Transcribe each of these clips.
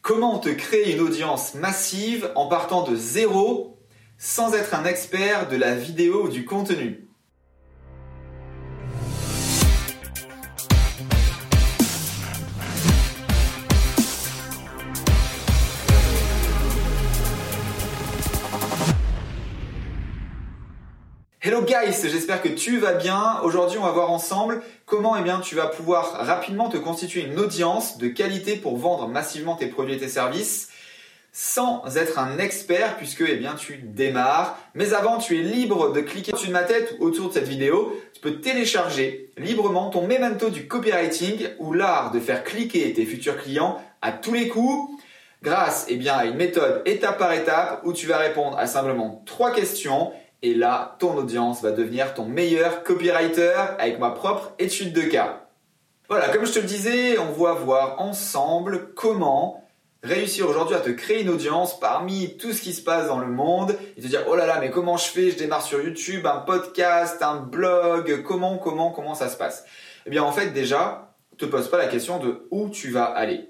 Comment te créer une audience massive en partant de zéro sans être un expert de la vidéo ou du contenu? Hello guys, j'espère que tu vas bien. Aujourd'hui, on va voir ensemble comment tu vas pouvoir rapidement te constituer une audience de qualité pour vendre massivement tes produits et tes services sans être un expert puisque tu démarres. Mais avant, tu es libre de cliquer au-dessus de ma tête ou autour de cette vidéo. Tu peux télécharger librement ton memento du copywriting ou l'art de faire cliquer tes futurs clients à tous les coups grâce à une méthode étape par étape où tu vas répondre à simplement 3 questions. Et là, ton audience va devenir ton meilleur copywriter avec ma propre étude de cas. Voilà, comme je te le disais, on va voir ensemble comment réussir aujourd'hui à te créer une audience parmi tout ce qui se passe dans le monde et te dire « Oh là là, mais comment je fais? Je démarre sur YouTube, un podcast, un blog, comment ça se passe ?» Eh bien, en fait, déjà, ne te pose pas la question de où tu vas aller.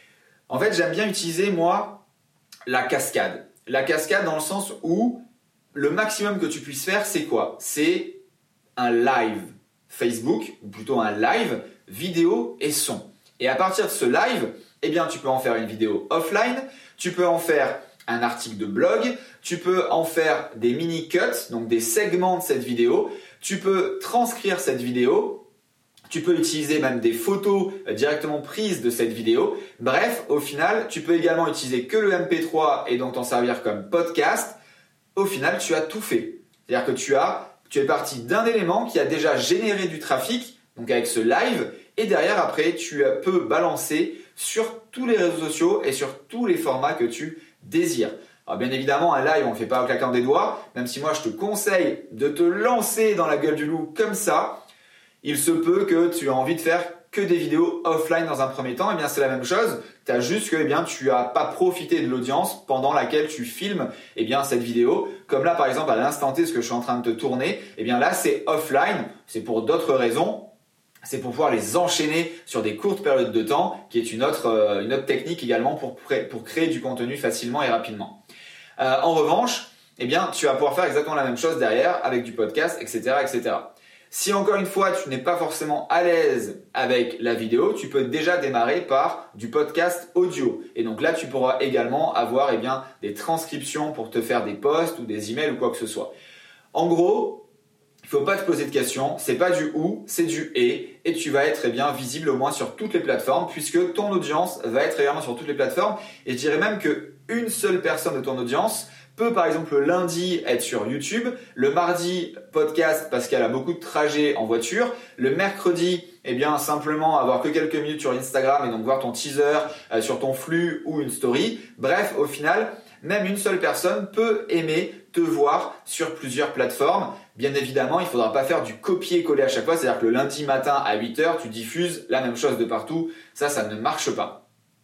En fait, j'aime bien utiliser, moi, la cascade. La cascade dans le sens où le maximum que tu puisses faire, c'est quoi? C'est un live Facebook, ou plutôt un live vidéo et son. Et à partir de ce live, tu peux en faire une vidéo offline, tu peux en faire un article de blog, tu peux en faire des mini-cuts, donc des segments de cette vidéo, tu peux transcrire cette vidéo, tu peux utiliser même des photos directement prises de cette vidéo. Bref, au final, tu peux également utiliser que le MP3 et donc t'en servir comme podcast. Au final, tu as tout fait. C'est-à-dire que tu es parti d'un élément qui a déjà généré du trafic, donc avec ce live, et derrière, après, tu peux balancer sur tous les réseaux sociaux et sur tous les formats que tu désires. Alors bien évidemment, un live, on ne fait pas en claquant des doigts, même si moi, je te conseille de te lancer dans la gueule du loup comme ça. Il se peut que tu aies envie de faire que des vidéos offline dans un premier temps. C'est la même chose. Tu as juste que tu n'as pas profité de l'audience pendant laquelle tu filmes cette vidéo. Comme là, par exemple, à l'instant T, ce que je suis en train de te tourner, là, c'est offline. C'est pour d'autres raisons. C'est pour pouvoir les enchaîner sur des courtes périodes de temps, qui est une autre technique également pour créer du contenu facilement et rapidement. En revanche, tu vas pouvoir faire exactement la même chose derrière avec du podcast, etc., etc. Si encore une fois, tu n'es pas forcément à l'aise avec la vidéo, tu peux déjà démarrer par du podcast audio. Et donc là, tu pourras également avoir des transcriptions pour te faire des posts ou des emails ou quoi que ce soit. En gros, il ne faut pas te poser de questions. C'est pas du où, c'est du et tu vas être visible au moins sur toutes les plateformes puisque ton audience va être également sur toutes les plateformes. Et je dirais même qu'une seule personne de ton audience peut par exemple le lundi être sur YouTube, le mardi podcast parce qu'elle a beaucoup de trajets en voiture, le mercredi simplement avoir que quelques minutes sur Instagram et donc voir ton teaser sur ton flux ou une story. Bref, au final, même une seule personne peut aimer te voir sur plusieurs plateformes. Bien évidemment, il ne faudra pas faire du copier-coller à chaque fois, c'est-à-dire que le lundi matin à 8h, tu diffuses la même chose de partout. Ça ne marche pas.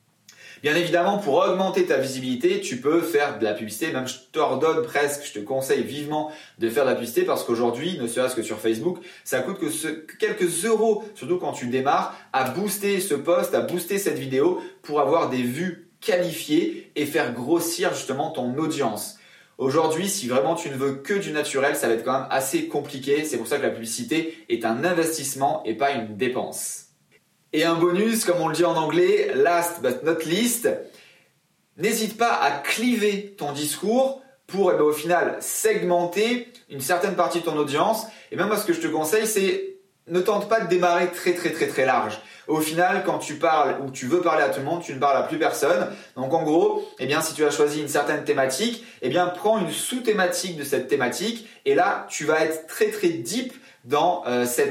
Bien évidemment, pour augmenter ta visibilité, tu peux faire de la publicité. Même je t'ordonne presque, je te conseille vivement de faire de la publicité parce qu'aujourd'hui, ne serait-ce que sur Facebook, ça coûte que quelques euros, surtout quand tu démarres, à booster ce post, à booster cette vidéo pour avoir des vues qualifiées et faire grossir justement ton audience. Aujourd'hui, si vraiment tu ne veux que du naturel, ça va être quand même assez compliqué. C'est pour ça que la publicité est un investissement et pas une dépense. Et un bonus, comme on le dit en anglais, last but not least, n'hésite pas à cliver ton discours pour au final segmenter une certaine partie de ton audience. Et même moi, ce que je te conseille, c'est ne tente pas de démarrer très large. Au final, quand tu parles ou tu veux parler à tout le monde, tu ne parles à plus personne. Donc en gros, si tu as choisi une certaine thématique, prends une sous-thématique de cette thématique et là, tu vas être très deep dans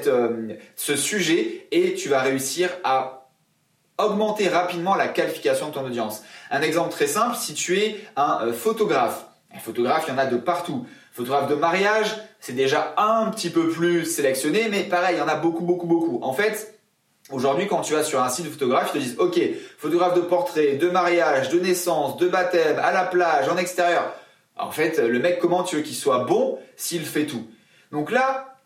ce sujet et tu vas réussir à augmenter rapidement la qualification de ton audience. Un exemple très simple, si tu es un photographe, un photographe, il y en a de partout. Photographe de mariage, c'est déjà un petit peu plus sélectionné, mais pareil, il y en a beaucoup. En fait, aujourd'hui, quand tu vas sur un site de photographe, ils te disent « Ok, photographe de portrait, de mariage, de naissance, de baptême, à la plage, en extérieur. » En fait, le mec, comment tu veux qu'il soit bon s'il fait tout? Donc là,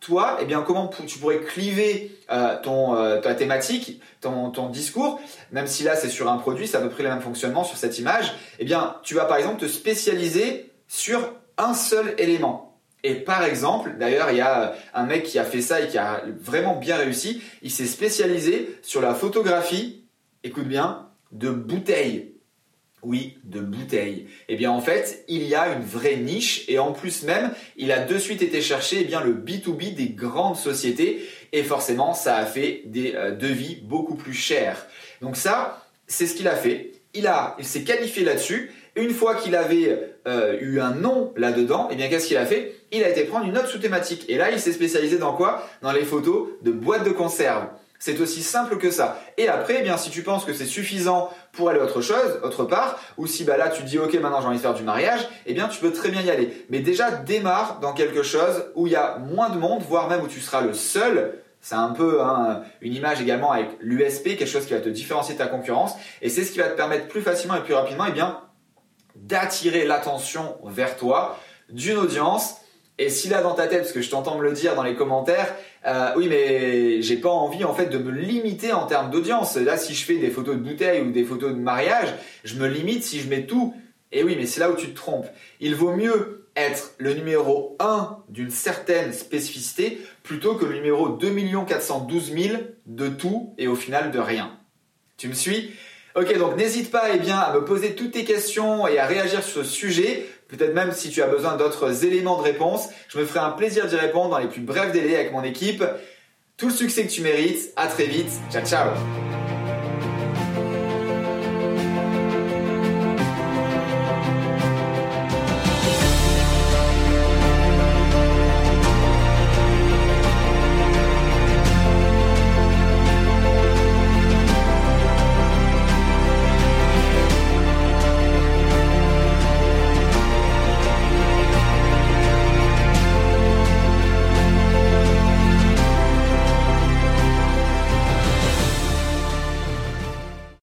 toi, eh bien, comment tu pourrais cliver ta thématique, ton discours, même si là c'est sur un produit, c'est à peu près le même fonctionnement sur cette image, eh bien, tu vas par exemple te spécialiser sur un seul élément. Et par exemple, d'ailleurs, il y a un mec qui a fait ça et qui a vraiment bien réussi, il s'est spécialisé sur la photographie, écoute bien, de bouteilles. Oui, de bouteilles. Eh bien en fait, il y a une vraie niche et en plus même, il a de suite été chercher eh bien, le B2B des grandes sociétés et forcément, ça a fait des devis beaucoup plus chers. Donc ça, c'est ce qu'il a fait. Il s'est qualifié là-dessus. Une fois qu'il avait eu un nom là-dedans, eh bien qu'est-ce qu'il a fait? Il a été prendre une autre sous-thématique. Et là, il s'est spécialisé dans quoi? Dans les photos de boîtes de conserve. C'est aussi simple que ça. Et après, eh bien, si tu penses que c'est suffisant pour aller autre part, ou si là tu te dis ok maintenant j'ai envie de faire du mariage, eh bien tu peux très bien y aller. Mais déjà démarre dans quelque chose où il y a moins de monde, voire même où tu seras le seul. C'est un peu une image également avec l'USP, quelque chose qui va te différencier de ta concurrence. Et c'est ce qui va te permettre plus facilement et plus rapidement eh bien, d'attirer l'attention vers toi d'une audience. Et si là dans ta tête, parce que je t'entends me le dire dans les commentaires, oui mais j'ai pas envie en fait de me limiter en termes d'audience. Là si je fais des photos de bouteilles ou des photos de mariage, je me limite si je mets tout. Et oui mais c'est là où tu te trompes. Il vaut mieux être le numéro 1 d'une certaine spécificité plutôt que le numéro 2 412 000 de tout et au final de rien. Tu me suis ? Ok, donc n'hésite pas eh bien, à me poser toutes tes questions et à réagir sur ce sujet. Peut-être même si tu as besoin d'autres éléments de réponse. Je me ferai un plaisir d'y répondre dans les plus brefs délais avec mon équipe. Tout le succès que tu mérites. À très vite. Ciao, ciao.